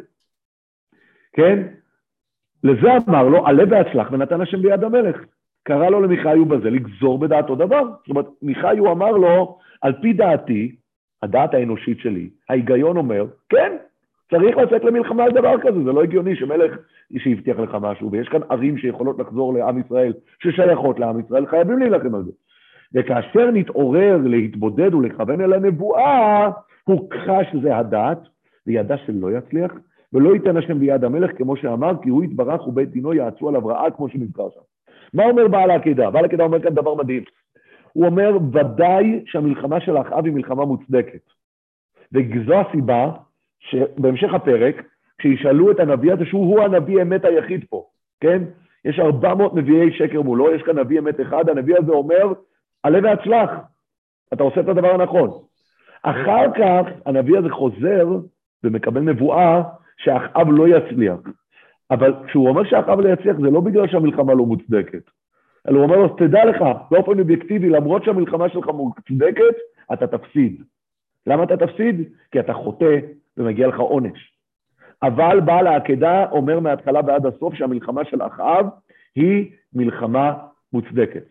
כן? לזה אמר לו, עלה והצלח ונתן השם ביד המלך. קרא לו למיכאי בזה לגזור בדעתו דבר. זאת אומרת, מיכאי הוא אמר לו, על פי דעתי, הדעת האנושית שלי, ההיגיון אומר, כן, צריך לצאת למלחמה על דבר כזה, זה לא הגיוני שמלך שהבטיח לך משהו, ויש כאן ערים שיכולות לחזור לעם ישראל, ששייכות לעם ישראל, חייבים להילחם על זה. וכאשר נתעורר להתבודד ולכוון אל הנבואה, הוא חש שזה הדעת, וידע שלא יצליח, ולא ייתן השם ביד המלך, כמו שאמר, כי הוא יתברך ובית דינו יעצו עליו רעה, כמו שנזכר שם. מה אומר בעל העקידה? בעל העקידה אומר כאן דבר מדהים. הוא אומר, ודאי שהמלחמה של אחאב היא מלחמה מוצדקת. וזו הסיבה שבהמשך הפרק, כשישאלו את הנביא הזה, שהוא הנביא אמת היחיד פה, כן? יש ארבע מאות נביאי שקר מולו, יש כאן נביא אמת אחד, הנביא הזה אומר, עלה והצלח, אתה עושה את הדבר הנכון. אחר כך, הנביא הזה חוזר ומקבל נבואה שאחאב לא יצליח. אבל כשהוא אומר שאחאב לא יצליח, זה לא בגלל שהמלחמה לא מוצדקת. אלא הוא אומר לו, תדע לך, באופן אובייקטיבי, למרות שהמלחמה שלך מוצדקת, אתה תפסיד. למה אתה תפסיד? כי אתה חוטא ומגיע לך עונש. אבל בעל העקדה אומר מההתחלה ועד הסוף שהמלחמה של אחאב היא מלחמה מוצדקת.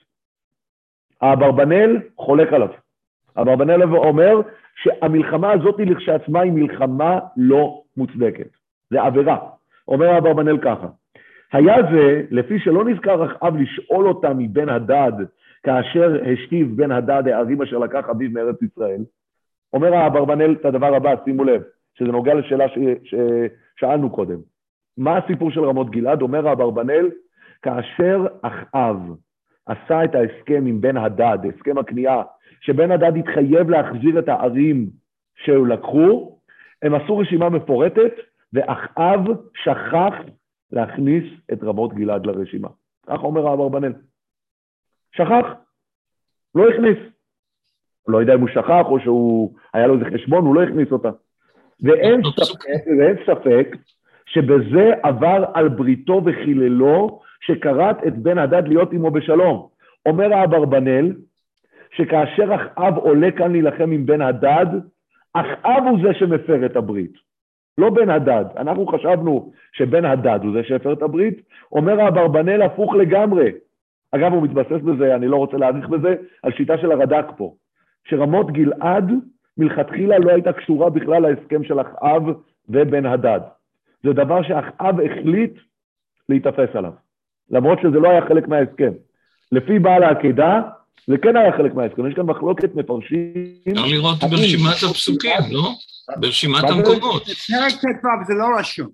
האברבנאל חולק עליו. האברבנאל אומר שהמלחמה הזאת לכשעצמה היא מלחמה לא מוצדקת. זה עבירה. אומר האברבנאל ככה, היה זה לפי שלא נזכר אחאב לשאול אותה מבן הדד, כאשר השכיב בן הדד הערים אשר לקח אביו מארץ ישראל. אומר האברבנאל את הדבר הבא, שימו לב, שזה נוגע לשאלה ששאלנו קודם. מה הסיפור של רמות גלעד? אומר האברבנאל, כאשר אחאב עשה את ההסכם עם בן הדד, הסכם הקנייה, שבן הדד התחייב להחזיר את הערים שהוא לקחו, הם עשו רשימה מפורטת, ואחאב שכח להכניס את רמות גלעד לרשימה. כך אומר האברבנאל. שכח, לא הכניס. לא יודע אם הוא שכח או שהוא היה לו איזה חשבון, הוא לא הכניס אותה. ואין ספק, ואין ספק שבזה עבר על בריתו וחיללו, שקראת את בן הדד להיות עמו בשלום. אומר האברבנאל, שכאשר אחאב עולה כאן להילחם עם בן הדד, אחאב הוא זה שמפר את הברית. לא בן הדד. אנחנו חשבנו שבן הדד הוא זה שהפר את הברית. אומר האברבנאל הפוך לגמרי. אגב, הוא מתבסס בזה, אני לא רוצה להאריך בזה, על שיטה של הרד"ק פה. שרמות גלעד מלכתחילה לא הייתה קשורה בכלל להסכם של אחאב ובן הדד. זה דבר שאחאב החליט להתאפס עליו. למרות שזה לא היה חלק מההסכם. לפי בעל העקדה, זה כן היה חלק מההסכם. יש כאן מחלוקת מפרשים. אפשר לראות ברשימת הפסוקים, לא? ברשימת המקומות. פרק ט"ו זה לא רשום.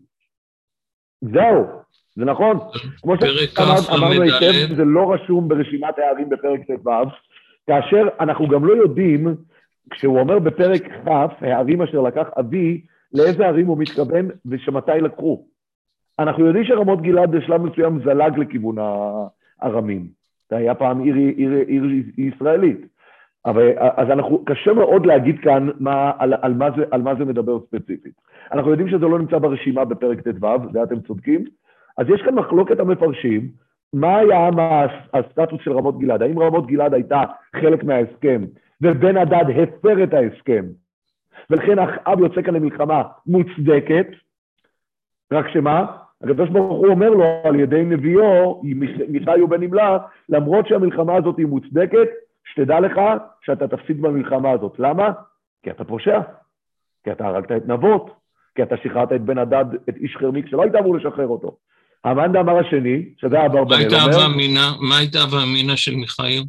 זהו, זה נכון. כמו שאמרנו היטב, זה לא רשום ברשימת הערים בפרק ט"ו, כאשר אנחנו גם לא יודעים, כשהוא אומר בפרק כ', הערים אשר לקח אבי, לאיזה ערים הוא מתכוון ושמתי לקחו. אנחנו יודעים שרמות גלעד בשלב מסוים זלג לכיוון הארמים. זה היה פעם עיר, עיר, עיר ישראלית. אבל, אז אנחנו, קשה מאוד להגיד כאן מה, על, על, מה זה, על מה זה מדבר ספציפית. אנחנו יודעים שזה לא נמצא ברשימה בפרק ט"ו, זה אתם צודקים. אז יש כאן מחלוקת המפרשים, מה היה הסטטוס של רמות גלעד? האם רמות גלעד הייתה חלק מההסכם, ובן הדד הפר את ההסכם, ולכן אחאב יוצא כאן למלחמה מוצדקת, רק שמה? הקדוש ברוך הוא אומר לו על ידי נביאו, מיכאיהו בן ימלה, למרות שהמלחמה הזאת היא מוצדקת, שתדע לך שאתה תפסיד במלחמה הזאת. למה? כי אתה פושע, כי אתה הרגת את נבות, כי אתה שחררת את בן הדד, את איש חרמיק, שלא היית אמור לשחרר אותו. המאן דאמר השני, שזה האברבנאל אומר... מה הייתה והמינה של מיכאיהו?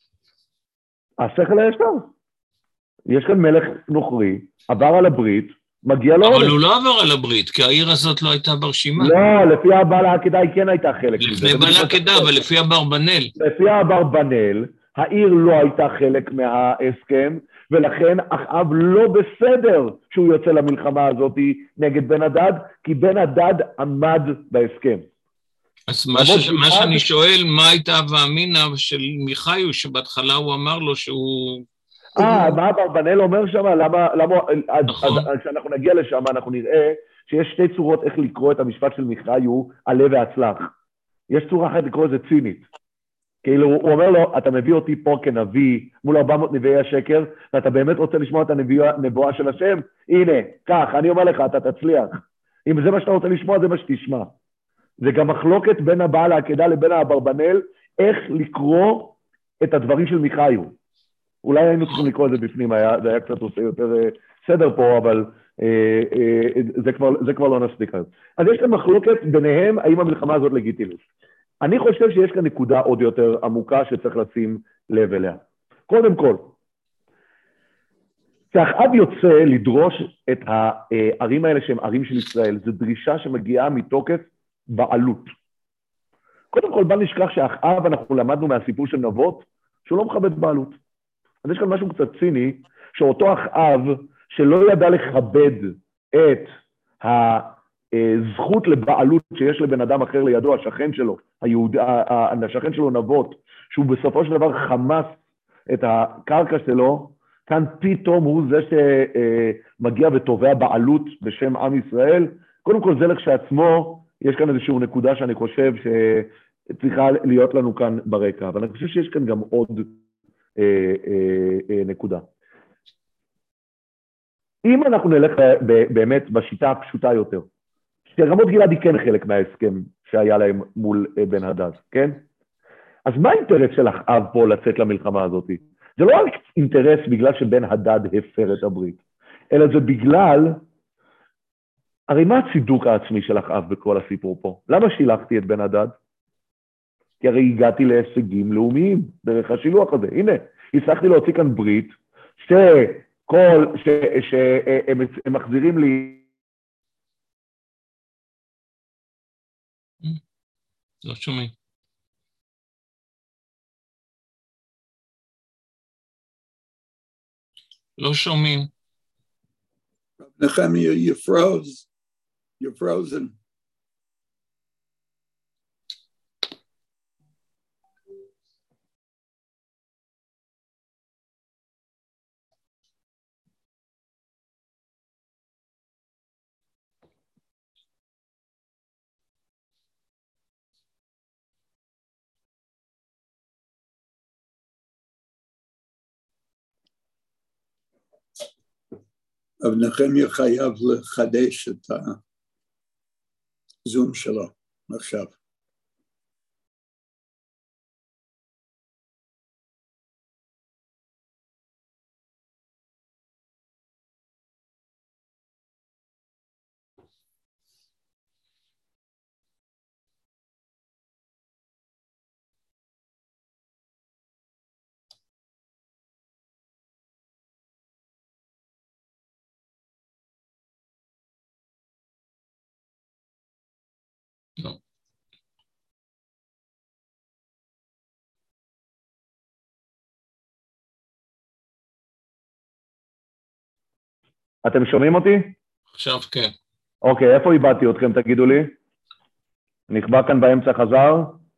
השכל הישר. יש כאן מלך נוכרי, עבר על הברית, מגיע לו... אבל הוא לא עבר על הברית, כי העיר הזאת לא הייתה ברשימה. לא, לפי הבעל העקדה היא כן הייתה חלק. לפני בעל העקדה, אבל לפי האברבנאל. לפי האברבנאל, העיר לא הייתה חלק מההסכם, ולכן אחאב לא בסדר שהוא יוצא למלחמה הזאת נגד בן הדד, כי בן הדד עמד בהסכם. אז מה, ש... מה שאני שואל, מה הייתה והמינה של מיכאיהו, שבהתחלה הוא אמר לו שהוא... אה, מה אברבנאל אומר שם? למה, למה, נכון. אז כשאנחנו נגיע לשם, אנחנו נראה שיש שתי צורות איך לקרוא את המשפט של מיכאיהו, עלה והצלח. יש צורה אחת לקרוא את זה צינית. כאילו, הוא אומר לו, אתה מביא אותי פה כנביא, מול ארבע מאות נביאי השקר, ואתה באמת רוצה לשמוע את הנבואה של השם? הנה, כך, אני אומר לך, אתה תצליח. אם זה מה שאתה רוצה לשמוע, זה מה שתשמע. זה גם מחלוקת בין הבעל העקדה לבין האברבנאל, איך לקרוא את הדברים של מיכאיהו. אולי היינו צריכים לקרוא את זה בפנים, היה, זה היה קצת עושה יותר אה, סדר פה, אבל אה, אה, זה, כבר, זה כבר לא נספיק. אז יש כאן מחלוקת ביניהם, האם המלחמה הזאת לגיטימית. אני חושב שיש כאן נקודה עוד יותר עמוקה שצריך לשים לב אליה. קודם כל, כשאחאב יוצא לדרוש את הערים האלה שהם ערים של ישראל, זו דרישה שמגיעה מתוקף בעלות. קודם כל, בוא נשכח שאחאב, אנחנו למדנו מהסיפור של נבות, שהוא לא מכבד בעלות. אז יש כאן משהו קצת ציני, שאותו אחאב שלא ידע לכבד את הזכות לבעלות שיש לבן אדם אחר לידו, השכן שלו, היהוד, השכן שלו נבות, שהוא בסופו של דבר חמס את הקרקע שלו, כאן פתאום הוא זה שמגיע ותובע בעלות בשם עם ישראל. קודם כל זה לכשעצמו, יש כאן איזושהי נקודה שאני חושב צריכה להיות לנו כאן ברקע, אבל אני חושב שיש כאן גם עוד אה, אה, אה, נקודה. אם אנחנו נלך באמת בשיטה הפשוטה יותר, שרמות גלעד היא כן חלק מההסכם שהיה להם מול בן הדד, כן? אז מה האינטרס של אחאב פה לצאת למלחמה הזאת? זה לא רק אינטרס בגלל שבן הדד הפר את הברית, אלא זה בגלל, הרי מה הצידוק העצמי של אחאב בכל הסיפור פה? למה שילחתי את בן הדד? כי הרי הגעתי להישגים לאומיים דרך השילוח הזה. הנה, הצלחתי להוציא כאן ברית, שכל, שהם מחזירים לי, לא שומעים. לא שומעים. Nehemiah, you froze. You're frozen. אבל נחמיה חייב לחדש את הזום שלו עכשיו. לא. אתם שומעים אותי? עכשיו כן. אוקיי, איפה איבדתי אתכם, תגידו לי? נכבה כאן באמצע חזר?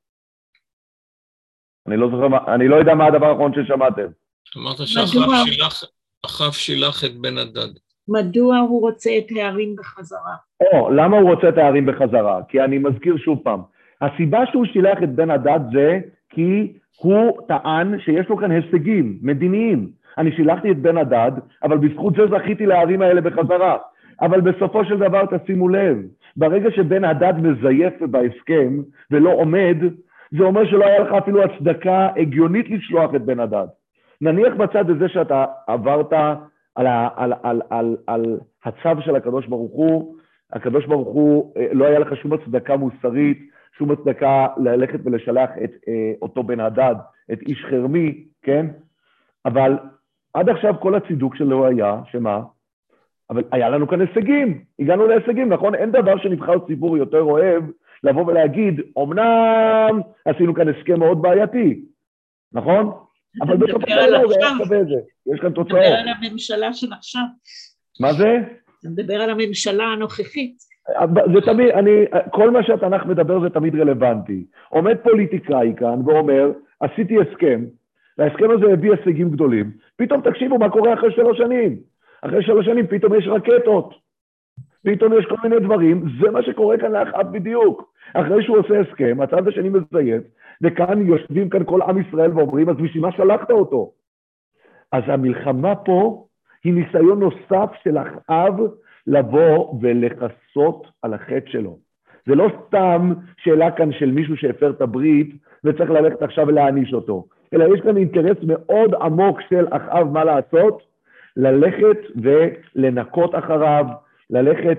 אני לא זוכר, אני לא יודע מה הדבר האחרון ששמעתם. אמרת שאחאב שילח, אחאב שילח את בן הדד. מדוע הוא רוצה את הערים בחזרה? או, למה הוא רוצה את הערים בחזרה? כי אני מזכיר שוב פעם, הסיבה שהוא שילח את בן הדד זה כי הוא טען שיש לו כאן הישגים מדיניים. אני שילחתי את בן הדד, אבל בזכות זה זכיתי לערים האלה בחזרה. אבל בסופו של דבר תשימו לב, ברגע שבן הדד מזייף בהסכם ולא עומד, זה אומר שלא היה לך אפילו הצדקה הגיונית לשלוח את בן הדד. נניח בצד הזה שאתה עברת על, ה, על, על, על, על הצו של הקדוש ברוך הוא, הקדוש ברוך הוא לא היה לך שום הצדקה מוסרית, שום הצדקה ללכת ולשלח את אה, אותו בן הדד, את איש חרמי, כן? אבל עד עכשיו כל הצידוק שלו היה, שמה? אבל היה לנו כאן הישגים, הגענו להישגים, נכון? אין דבר שנבחר ציבור יותר אוהב לבוא ולהגיד, אמנם עשינו כאן הסכם מאוד בעייתי, נכון? אבל בסופו של דבר זה היה שווה את זה, יש כאן תוצאות. אתה מדבר על הממשלה של עכשיו. מה זה? אתה מדבר על הממשלה הנוכחית. זה תמיד, אני, כל מה שהתנ"ך מדבר זה תמיד רלוונטי. עומד פוליטיקאי כאן ואומר, עשיתי הסכם, וההסכם הזה הביא הישגים גדולים, פתאום תקשיבו מה קורה אחרי שלוש שנים. אחרי שלוש שנים פתאום יש רקטות, פתאום יש כל מיני דברים, זה מה שקורה כאן לאחאב בדיוק. אחרי שהוא עושה הסכם, הצד השני מזייף, וכאן יושבים כאן כל עם ישראל ואומרים, אז בשביל מה שלחת אותו? אז המלחמה פה היא ניסיון נוסף של אחאב לבוא ולחסות על החטא שלו. זה לא סתם שאלה כאן של מישהו שהפר את הברית, וצריך ללכת עכשיו ולהעניש אותו, אלא יש כאן אינטרס מאוד עמוק של אחאב מה לעשות, ללכת ולנקות אחריו, ללכת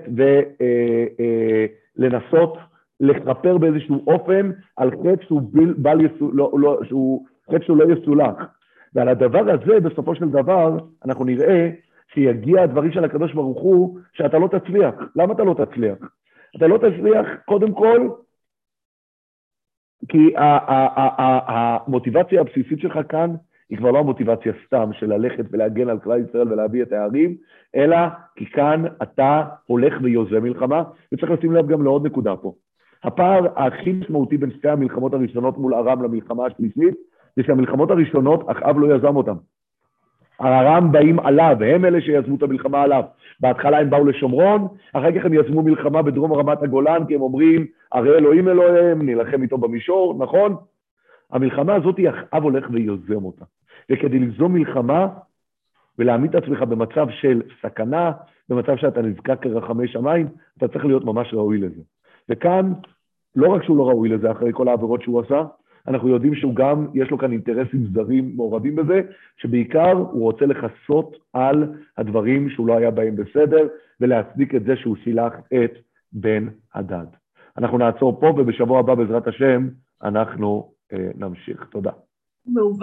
ולנסות לכפר באיזשהו אופן על חטא שהוא, בל יסול, לא, לא, שהוא חטא שהוא לא יסולח. ועל הדבר הזה בסופו של דבר אנחנו נראה שיגיע הדברים של הקדוש ברוך הוא שאתה לא תצליח. למה אתה לא תצליח? אתה לא תצליח קודם כל כי המוטיבציה הבסיסית שלך כאן היא כבר לא המוטיבציה סתם של ללכת ולהגן על כלל ישראל ולהביא את הערים, אלא כי כאן אתה הולך ויוזם מלחמה, וצריך לשים לב גם לעוד נקודה פה. הפער הכי משמעותי בין שתי המלחמות הראשונות מול ארם למלחמה השלישית, זה שהמלחמות הראשונות, אחאב לא יזם אותם. הרם באים עליו, הם אלה שיזמו את המלחמה עליו. בהתחלה הם באו לשומרון, אחר כך הם יזמו מלחמה בדרום רמת הגולן, כי הם אומרים, הרי אלוהים אלוהים, נלחם איתו במישור, נכון? המלחמה הזאת, אחאב הולך ויוזם אותה. וכדי ליזום מלחמה, ולהעמיד את עצמך במצב של סכנה, במצב שאתה נזקק כרחמי שמיים, אתה צריך להיות ממש ראוי לזה. וכאן, לא רק שהוא לא ראוי לזה, אחרי כל העבירות שהוא עשה, אנחנו יודעים שהוא גם, יש לו כאן אינטרסים זרים מעורבים בזה, שבעיקר הוא רוצה לחסות על הדברים שהוא לא היה בהם בסדר, ולהצדיק את זה שהוא סילח את בן הדד. אנחנו נעצור פה, ובשבוע הבא בעזרת השם, אנחנו אה, נמשיך. תודה.